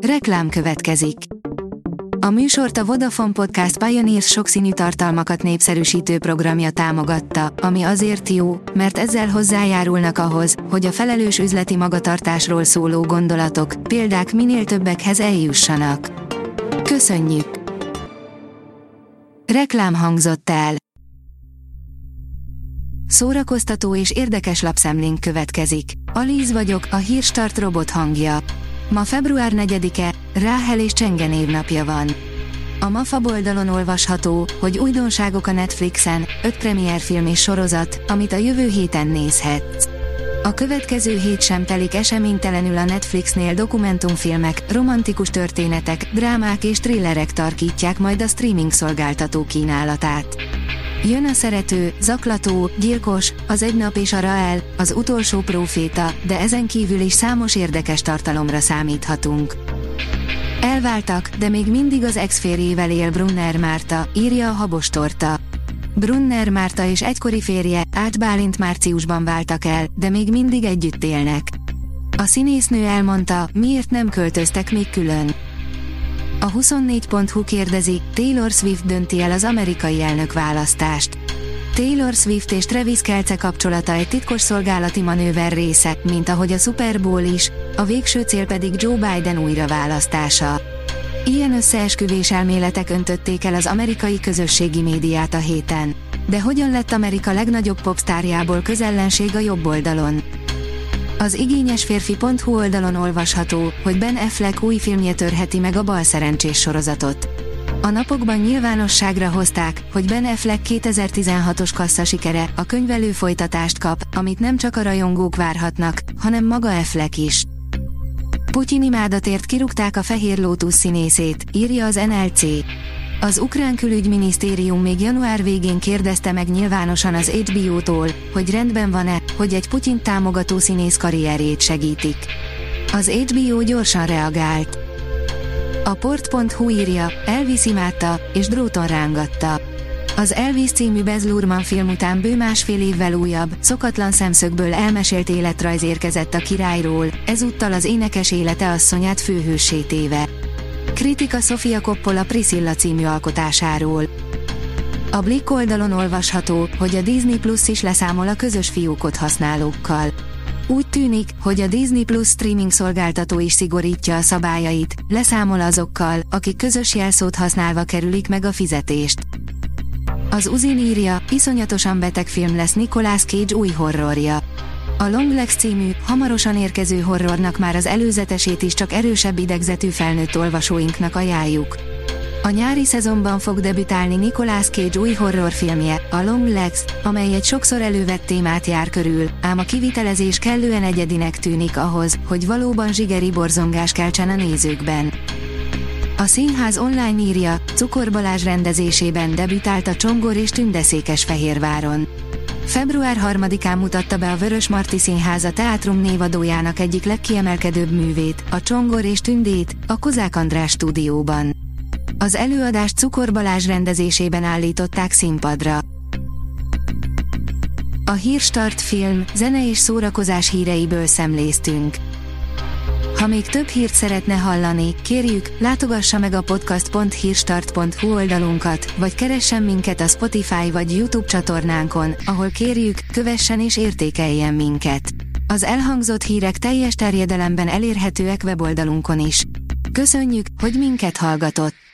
Reklám következik. A műsort a Vodafone Podcast Pioneers sokszínű tartalmakat népszerűsítő programja támogatta, ami azért jó, mert ezzel hozzájárulnak ahhoz, hogy a felelős üzleti magatartásról szóló gondolatok, példák minél többekhez eljussanak. Köszönjük! Reklám hangzott el. Szórakoztató és érdekes lapszemlénk következik. Alíz vagyok, a Hírstart robot hangja. Ma február 4-e, Ráhel és Csenge névnapja van. A MAFA oldalon olvasható, hogy újdonságok a Netflixen, 5 premierfilm és sorozat, amit a jövő héten nézhetsz. A következő hét sem telik eseménytelenül a Netflixnél. Dokumentumfilmek, romantikus történetek, drámák és thrillerek tarkítják majd a streaming szolgáltató kínálatát. Jön a Szerető, Zaklató, Gyilkos, Az Egy nap és a Rael, Az utolsó próféta, de ezen kívül is számos érdekes tartalomra számíthatunk. Elváltak, de még mindig az ex-férjével él Brunner Márta, írja a Habostorta. Brunner Márta és egykori férje, Ács Bálint márciusban váltak el, de még mindig együtt élnek. A színésznő elmondta, miért nem költöztek még külön. A 24.hu kérdezi, Taylor Swift dönti el az amerikai elnökválasztást. Taylor Swift és Travis Kelce kapcsolata egy titkos szolgálati manőver része, mint ahogy a Super Bowl is, a végső cél pedig Joe Biden újraválasztása. Ilyen összeesküvés elméletek öntötték el az amerikai közösségi médiát a héten. De hogyan lett Amerika legnagyobb popsztárjából közellenség a jobb oldalon? Az igényesférfi.hu oldalon olvasható, hogy Ben Affleck új filmje törheti meg a balszerencsés sorozatot. A napokban nyilvánosságra hozták, hogy Ben Affleck 2016-os kasszasikere, a könyvelő folytatást kap, amit nem csak a rajongók várhatnak, hanem maga Affleck is. Putyin imádatért kirúgták a Fehér Lótusz színészét, írja az NLC. Az ukrán külügyminisztérium még január végén kérdezte meg nyilvánosan az HBO-tól, hogy rendben van-e, hogy egy Putyin támogató színész karrierjét segítik. Az HBO gyorsan reagált. A port.hu írja, Elvis imádta, és dróton rángatta. Az Elvis című Baz Luhrmann film után bő másfél évvel újabb, szokatlan szemszögből elmesélt életrajz érkezett a királyról, ezúttal az énekes élete asszonyát főhőssé téve. Kritika Sofia Coppola Priscilla című alkotásáról. A Blick oldalon olvasható, hogy a Disney Plus is leszámol a közös fiókot használókkal. Úgy tűnik, hogy a Disney Plus streaming szolgáltató is szigorítja a szabályait, leszámol azokkal, akik közös jelszót használva kerülik meg a fizetést. Az Uzin írja, iszonyatosan beteg film lesz Nicolas Cage új horrorja. A Longlegs című, hamarosan érkező horrornak már az előzetesét is csak erősebb idegzetű felnőtt olvasóinknak ajánljuk. A nyári szezonban fog debütálni Nicolas Cage új horrorfilmje, a Longlegs, amely egy sokszor elővett témát jár körül, ám a kivitelezés kellően egyedinek tűnik ahhoz, hogy valóban zsigeri borzongás keltsen a nézőkben. A Színház online írja, Cukor Balázs rendezésében debütált a Csongor és Tünde Székesfehérváron. Február 3-án mutatta be a Vörösmarty Színház a Teátrum névadójának egyik legkiemelkedőbb művét, a Csongor és Tündét, a Kozák András stúdióban. Az előadást Cukor Balázs rendezésében állították színpadra. A Hírstart film, zene és szórakozás híreiből szemléztünk. Ha még több hírt szeretne hallani, kérjük, látogassa meg a podcast.hírstart.hu oldalunkat, vagy keressen minket a Spotify vagy YouTube csatornánkon, ahol kérjük, kövessen és értékeljen minket. Az elhangzott hírek teljes terjedelemben elérhetőek weboldalunkon is. Köszönjük, hogy minket hallgatott!